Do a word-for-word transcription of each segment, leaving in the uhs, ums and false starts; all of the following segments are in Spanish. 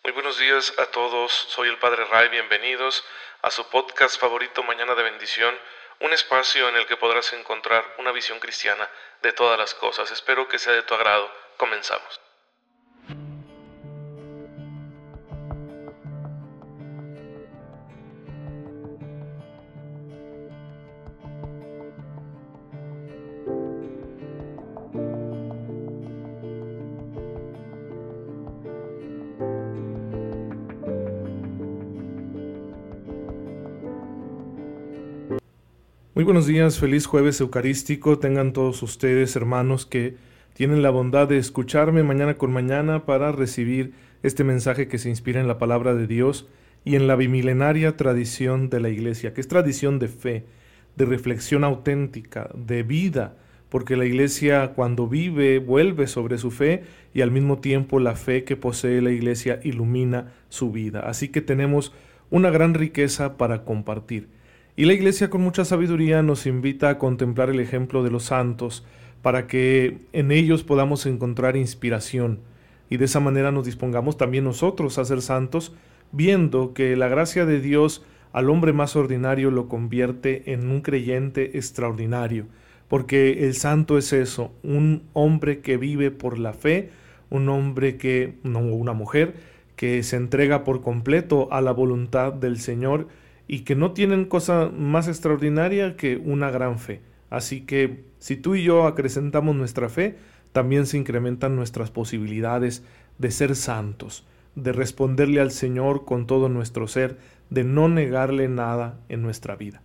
Muy buenos días a todos, soy el Padre Ray, bienvenidos a su podcast favorito Mañana de Bendición, un espacio en el que podrás encontrar una visión cristiana de todas las cosas. Espero que sea de tu agrado. Comenzamos. Muy buenos días, feliz jueves eucarístico. Tengan todos ustedes, hermanos, que tienen la bondad de escucharme mañana con mañana para recibir este mensaje que se inspira en la palabra de Dios y en la bimilenaria tradición de la Iglesia, que es tradición de fe, de reflexión auténtica, de vida, porque la Iglesia cuando vive vuelve sobre su fe y al mismo tiempo la fe que posee la Iglesia ilumina su vida. Así que tenemos una gran riqueza para compartir. Y la Iglesia con mucha sabiduría nos invita a contemplar el ejemplo de los santos para que en ellos podamos encontrar inspiración y de esa manera nos dispongamos también nosotros a ser santos, viendo que la gracia de Dios al hombre más ordinario lo convierte en un creyente extraordinario, porque el santo es eso, un hombre que vive por la fe, un hombre que, no una mujer, que se entrega por completo a la voluntad del Señor y que no tienen cosa más extraordinaria que una gran fe. Así que si tú y yo acrecentamos nuestra fe, también se incrementan nuestras posibilidades de ser santos, de responderle al Señor con todo nuestro ser, de no negarle nada en nuestra vida.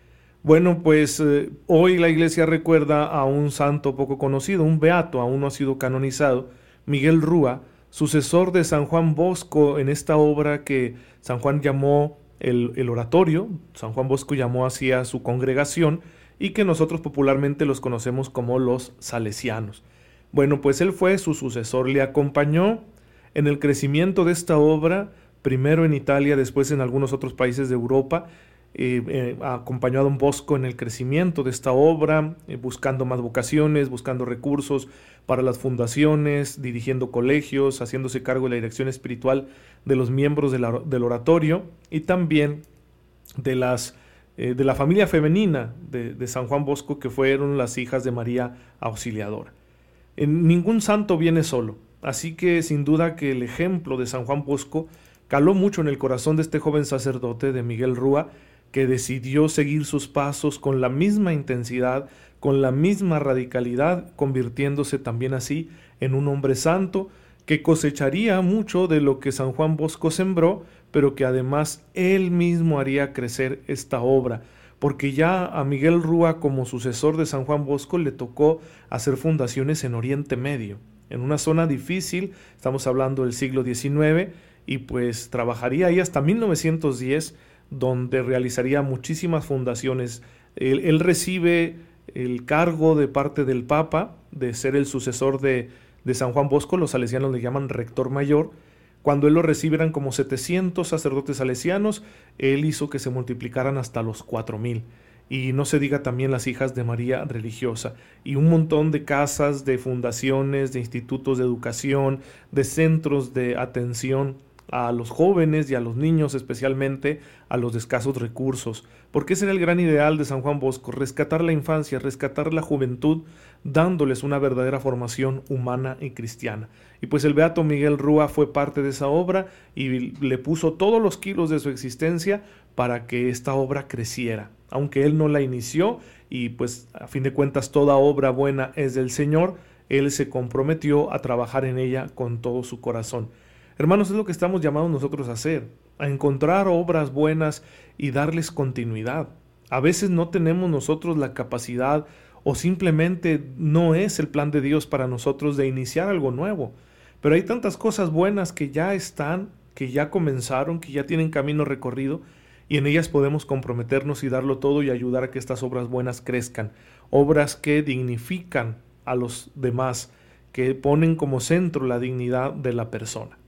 Bueno, pues eh, hoy la Iglesia recuerda a un santo poco conocido, un beato, aún no ha sido canonizado, Miguel Rúa, sucesor de San Juan Bosco en esta obra que San Juan llamó El, el oratorio. San Juan Bosco llamó así a su congregación y que nosotros popularmente los conocemos como los salesianos. Bueno, pues él fue su sucesor, le acompañó en el crecimiento de esta obra, primero en Italia, después en algunos otros países de Europa. Eh, eh, acompañó a don Bosco en el crecimiento de esta obra, eh, buscando más vocaciones, buscando recursos para las fundaciones, dirigiendo colegios, haciéndose cargo de la dirección espiritual de los miembros de la, del oratorio y también de, las, eh, de la familia femenina de, de San Juan Bosco, que fueron las hijas de María Auxiliadora. En ningún santo viene solo, así que sin duda que el ejemplo de San Juan Bosco caló mucho en el corazón de este joven sacerdote, de Miguel Rúa, que decidió seguir sus pasos con la misma intensidad, con la misma radicalidad, convirtiéndose también así en un hombre santo que cosecharía mucho de lo que San Juan Bosco sembró, pero que además él mismo haría crecer esta obra, porque ya a Miguel Rúa, como sucesor de San Juan Bosco, le tocó hacer fundaciones en Oriente Medio, en una zona difícil, estamos hablando del siglo diecinueve, y pues trabajaría ahí hasta mil novecientos diez, donde realizaría muchísimas fundaciones. Él, él recibe el cargo de parte del Papa de ser el sucesor de, de San Juan Bosco. Los salesianos le llaman rector mayor. Cuando él lo recibe eran como setecientos sacerdotes salesianos, él hizo que se multiplicaran hasta los cuatro mil. Y no se diga también las hijas de María religiosa, y un montón de casas, de fundaciones, de institutos de educación, de centros de atención a los jóvenes y a los niños, especialmente a los de escasos recursos, porque ese era el gran ideal de San Juan Bosco, rescatar la infancia, rescatar la juventud, dándoles una verdadera formación humana y cristiana. Y pues el beato Miguel Rúa fue parte de esa obra y le puso todos los kilos de su existencia para que esta obra creciera, aunque él no la inició y pues a fin de cuentas toda obra buena es del Señor, él se comprometió a trabajar en ella con todo su corazón. Hermanos, es lo que estamos llamados nosotros a hacer, a encontrar obras buenas y darles continuidad. A veces no tenemos nosotros la capacidad o simplemente no es el plan de Dios para nosotros de iniciar algo nuevo. Pero hay tantas cosas buenas que ya están, que ya comenzaron, que ya tienen camino recorrido y en ellas podemos comprometernos y darlo todo y ayudar a que estas obras buenas crezcan. Obras que dignifican a los demás, que ponen como centro la dignidad de la persona.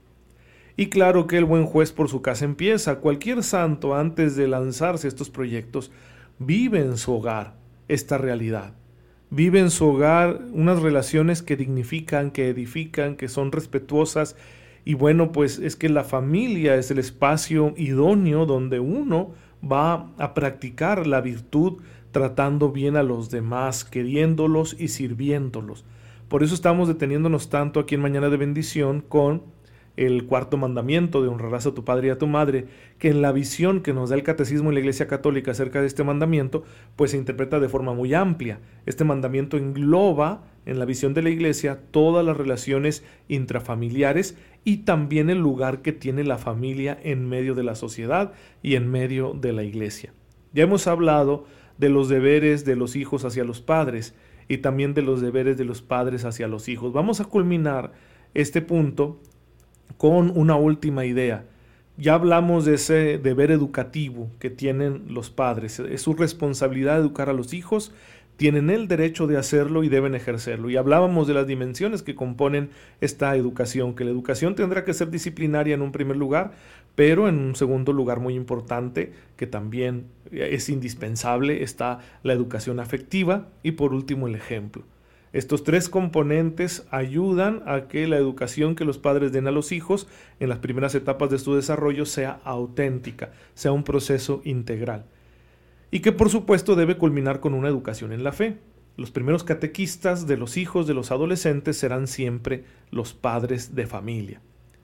Y claro que el buen juez por su casa empieza. Cualquier santo, antes de lanzarse a estos proyectos, vive en su hogar esta realidad. Vive en su hogar unas relaciones que dignifican, que edifican, que son respetuosas Y bueno, pues es que la familia es el espacio idóneo donde uno va a practicar la virtud tratando bien a los demás, queriéndolos y sirviéndolos. Por eso estamos deteniéndonos tanto aquí en Mañana de Bendición con el cuarto mandamiento de honrarás a tu padre y a tu madre, que en la visión que nos da el Catecismo y la Iglesia Católica acerca de este mandamiento, pues se interpreta de forma muy amplia. Este mandamiento engloba en la visión de la Iglesia todas las relaciones intrafamiliares y también el lugar que tiene la familia en medio de la sociedad y en medio de la Iglesia. Ya hemos hablado de los deberes de los hijos hacia los padres y también de los deberes de los padres hacia los hijos. Vamos a culminar este punto con una última idea. Ya hablamos de ese deber educativo que tienen los padres. Es su responsabilidad educar a los hijos, tienen el derecho de hacerlo y deben ejercerlo. Y hablábamos de las dimensiones que componen esta educación, que la educación tendrá que ser disciplinaria en un primer lugar, pero en un segundo lugar muy importante, que también es indispensable, está la educación afectiva y por último el ejemplo. Estos tres componentes ayudan a que la educación que los padres den a los hijos en las primeras etapas de su desarrollo sea auténtica, sea un proceso integral. Y que por supuesto debe culminar con una educación en la fe. Los primeros catequistas de los hijos de los adolescentes serán siempre los padres de familia.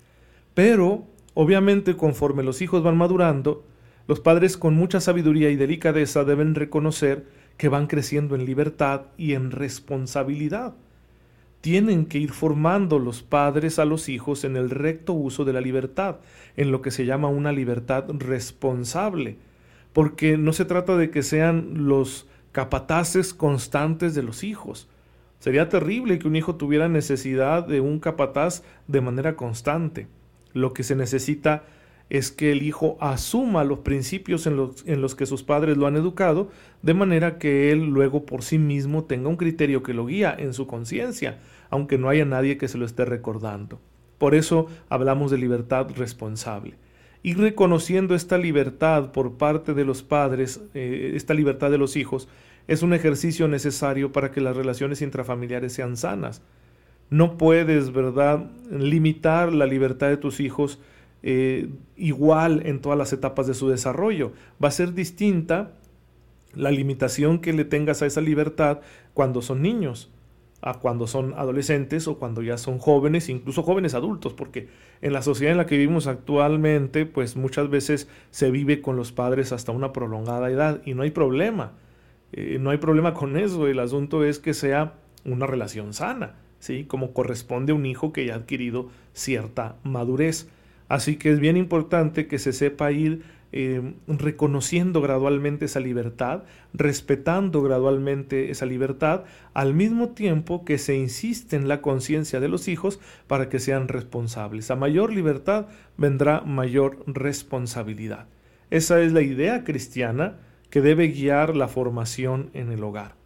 Pero, obviamente, conforme los hijos van madurando, los padres con mucha sabiduría y delicadeza deben reconocer que van creciendo en libertad y en responsabilidad. Tienen que ir formando los padres a los hijos en el recto uso de la libertad, en lo que se llama una libertad responsable, porque no se trata de que sean los capataces constantes de los hijos. Sería terrible que un hijo tuviera necesidad de un capataz de manera constante. Lo que se necesita es que el hijo asuma los principios en los, en los que sus padres lo han educado, de manera que él luego por sí mismo tenga un criterio que lo guía en su conciencia, aunque no haya nadie que se lo esté recordando. Por eso hablamos de libertad responsable. Y reconociendo esta libertad por parte de los padres, eh, esta libertad de los hijos, es un ejercicio necesario para que las relaciones intrafamiliares sean sanas. No puedes, ¿verdad?, limitar la libertad de tus hijos Eh, igual en todas las etapas de su desarrollo. Va a ser distinta la limitación que le tengas a esa libertad cuando son niños, a cuando son adolescentes o cuando ya son jóvenes, incluso jóvenes adultos, porque en la sociedad en la que vivimos actualmente, pues muchas veces se vive con los padres hasta una prolongada edad y no hay problema, eh, no hay problema con eso. El asunto es que sea una relación sana, ¿sí?, como corresponde a un hijo que ya ha adquirido cierta madurez. Así que es bien importante que se sepa ir eh, reconociendo gradualmente esa libertad, respetando gradualmente esa libertad, al mismo tiempo que se insiste en la conciencia de los hijos para que sean responsables. A mayor libertad vendrá mayor responsabilidad. Esa es la idea cristiana que debe guiar la formación en el hogar.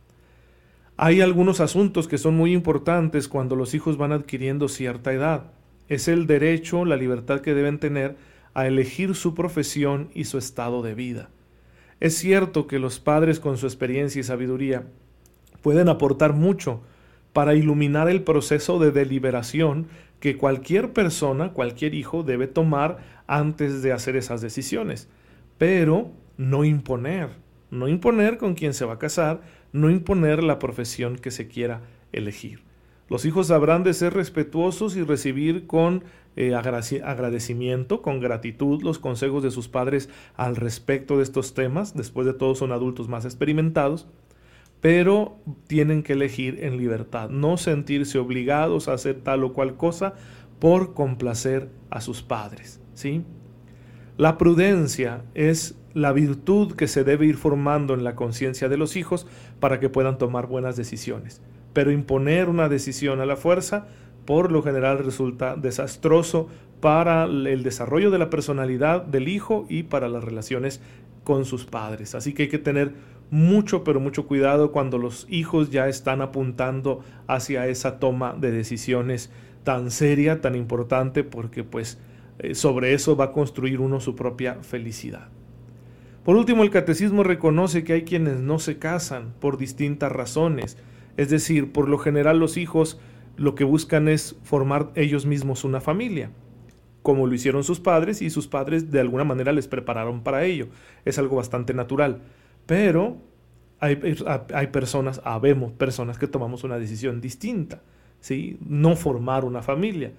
Hay algunos asuntos que son muy importantes cuando los hijos van adquiriendo cierta edad. Es el derecho, la libertad que deben tener a elegir su profesión y su estado de vida. Es cierto que los padres con su experiencia y sabiduría pueden aportar mucho para iluminar el proceso de deliberación que cualquier persona, cualquier hijo debe tomar antes de hacer esas decisiones, pero no imponer, no imponer con quién se va a casar, no imponer la profesión que se quiera elegir. Los hijos habrán de ser respetuosos y recibir con eh, agradecimiento, con gratitud, los consejos de sus padres al respecto de estos temas. Después de todo son adultos más experimentados, pero tienen que elegir en libertad, no sentirse obligados a hacer tal o cual cosa por complacer a sus padres, ¿sí? La prudencia es la virtud que se debe ir formando en la conciencia de los hijos para que puedan tomar buenas decisiones. Pero imponer una decisión a la fuerza, por lo general resulta desastroso para el desarrollo de la personalidad del hijo y para las relaciones con sus padres. Así que hay que tener mucho, pero mucho cuidado cuando los hijos ya están apuntando hacia esa toma de decisiones tan seria, tan importante, porque pues sobre eso va a construir uno su propia felicidad. Por último, el catecismo reconoce que hay quienes no se casan por distintas razones. Es decir, por lo general los hijos lo que buscan es formar ellos mismos una familia. como lo hicieron sus padres, y sus padres de alguna manera les prepararon para ello. Es algo bastante natural. Pero hay, hay personas, habemos personas que tomamos una decisión distinta, ¿sí? No formar una familia.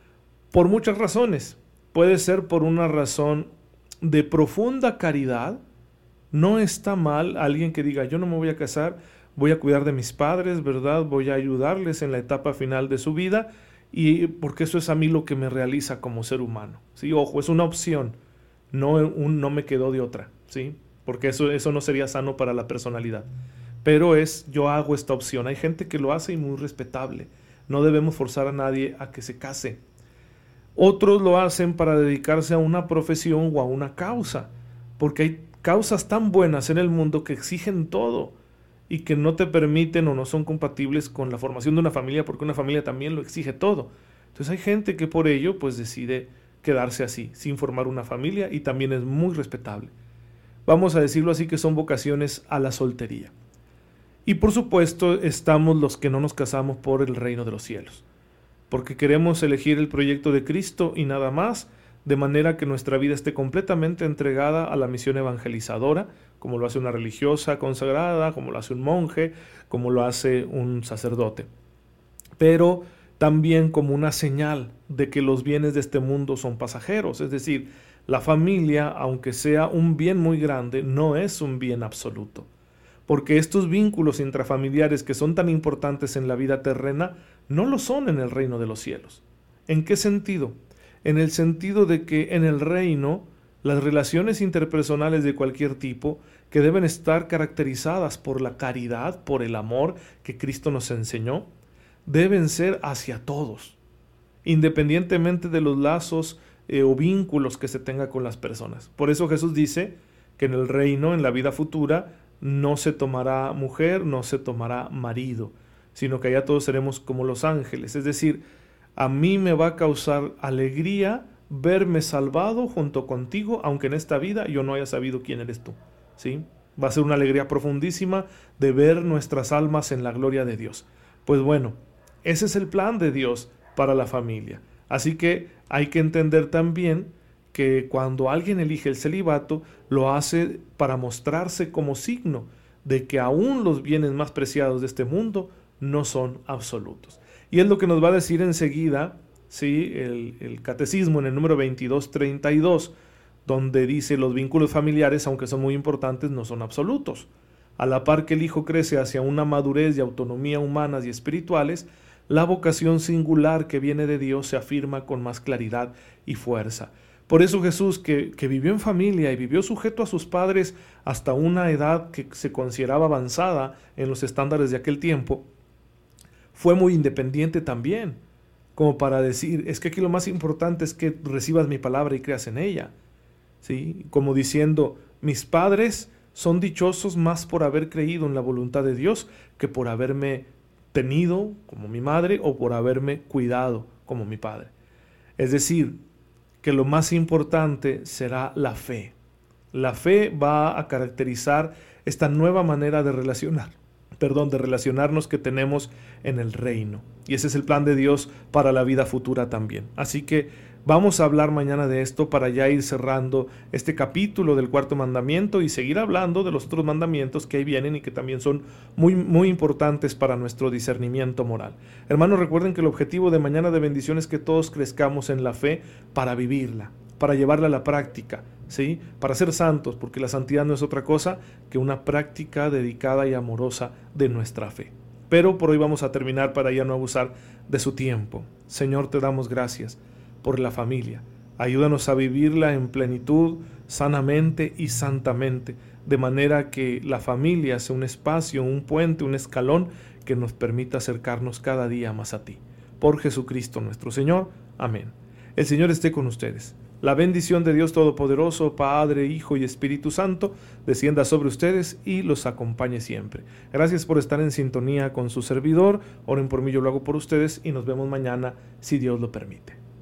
Por muchas razones. Puede ser por una razón de profunda caridad. No está mal alguien que diga, yo no me voy a casar, voy a cuidar de mis padres, ¿verdad? Voy a ayudarles en la etapa final de su vida, y porque eso es a mí lo que me realiza como ser humano, ¿sí? Ojo, es una opción, no, un, no me quedó de otra, ¿sí? Porque eso, eso no sería sano para la personalidad. Pero es, yo hago esta opción. Hay gente que lo hace y muy respetable. No debemos forzar a nadie a que se case. Otros lo hacen para dedicarse a una profesión o a una causa, porque hay causas tan buenas en el mundo que exigen todo y que no te permiten o no son compatibles con la formación de una familia, porque una familia también lo exige todo. Entonces hay gente que por ello pues decide quedarse así, sin formar una familia, y también es muy respetable. Vamos a decirlo así, que son vocaciones a la soltería. Y por supuesto estamos los que no nos casamos por el reino de los cielos, porque queremos elegir el proyecto de Cristo y nada más, de manera que nuestra vida esté completamente entregada a la misión evangelizadora, como lo hace una religiosa consagrada, como lo hace un monje, como lo hace un sacerdote. Pero también como una señal de que los bienes de este mundo son pasajeros, es decir, la familia, aunque sea un bien muy grande, no es un bien absoluto, porque estos vínculos intrafamiliares que son tan importantes en la vida terrena, no lo son en el reino de los cielos. ¿En qué sentido? En el sentido de que en el reino las relaciones interpersonales de cualquier tipo, que deben estar caracterizadas por la caridad, por el amor que Cristo nos enseñó, deben ser hacia todos, independientemente de los lazos eh, o vínculos que se tenga con las personas. Por eso Jesús dice que en el reino, en la vida futura, no se tomará mujer, no se tomará marido, sino que allá todos seremos como los ángeles. Es decir, a mí me va a causar alegría verme salvado junto contigo, aunque en esta vida yo no haya sabido quién eres tú, ¿sí? Va a ser una alegría profundísima de ver nuestras almas en la gloria de Dios. Pues bueno, ese es el plan de Dios para la familia. Así que hay que entender también que cuando alguien elige el celibato, lo hace para mostrarse como signo de que aún los bienes más preciados de este mundo no son absolutos. Y es lo que nos va a decir enseguida, ¿sí? el, el catecismo en el número veintidós treinta y dos, donde dice: los vínculos familiares, aunque son muy importantes, no son absolutos. A la par que el hijo crece hacia una madurez y autonomía humanas y espirituales, la vocación singular que viene de Dios se afirma con más claridad y fuerza. Por eso Jesús, que, que vivió en familia y vivió sujeto a sus padres hasta una edad que se consideraba avanzada en los estándares de aquel tiempo, fue muy independiente también, como para decir, es que aquí lo más importante es que recibas mi palabra y creas en ella, ¿sí? Como diciendo, mis padres son dichosos más por haber creído en la voluntad de Dios que por haberme tenido como mi madre o por haberme cuidado como mi padre. Es decir, que lo más importante será la fe. La fe va a caracterizar esta nueva manera de relacionar, perdón, de relacionarnos que tenemos en el reino. Y ese es el plan de Dios para la vida futura también. Así que vamos a hablar mañana de esto para ya ir cerrando este capítulo del cuarto mandamiento y seguir hablando de los otros mandamientos que ahí vienen y que también son muy, muy importantes para nuestro discernimiento moral. Hermanos, recuerden que el objetivo de Mañana de Bendición es que todos crezcamos en la fe para vivirla, para llevarla a la práctica, ¿sí? Para ser santos, porque la santidad no es otra cosa que una práctica dedicada y amorosa de nuestra fe. Pero por hoy vamos a terminar para ya no abusar de su tiempo. Señor, te damos gracias por la familia. Ayúdanos a vivirla en plenitud, sanamente y santamente, de manera que la familia sea un espacio, un puente, un escalón que nos permita acercarnos cada día más a ti. Por Jesucristo nuestro Señor. Amén. El Señor esté con ustedes. La bendición de Dios Todopoderoso, Padre, Hijo y Espíritu Santo, descienda sobre ustedes y los acompañe siempre. Gracias por estar en sintonía con su servidor. Oren por mí, yo lo hago por ustedes y nos vemos mañana, si Dios lo permite.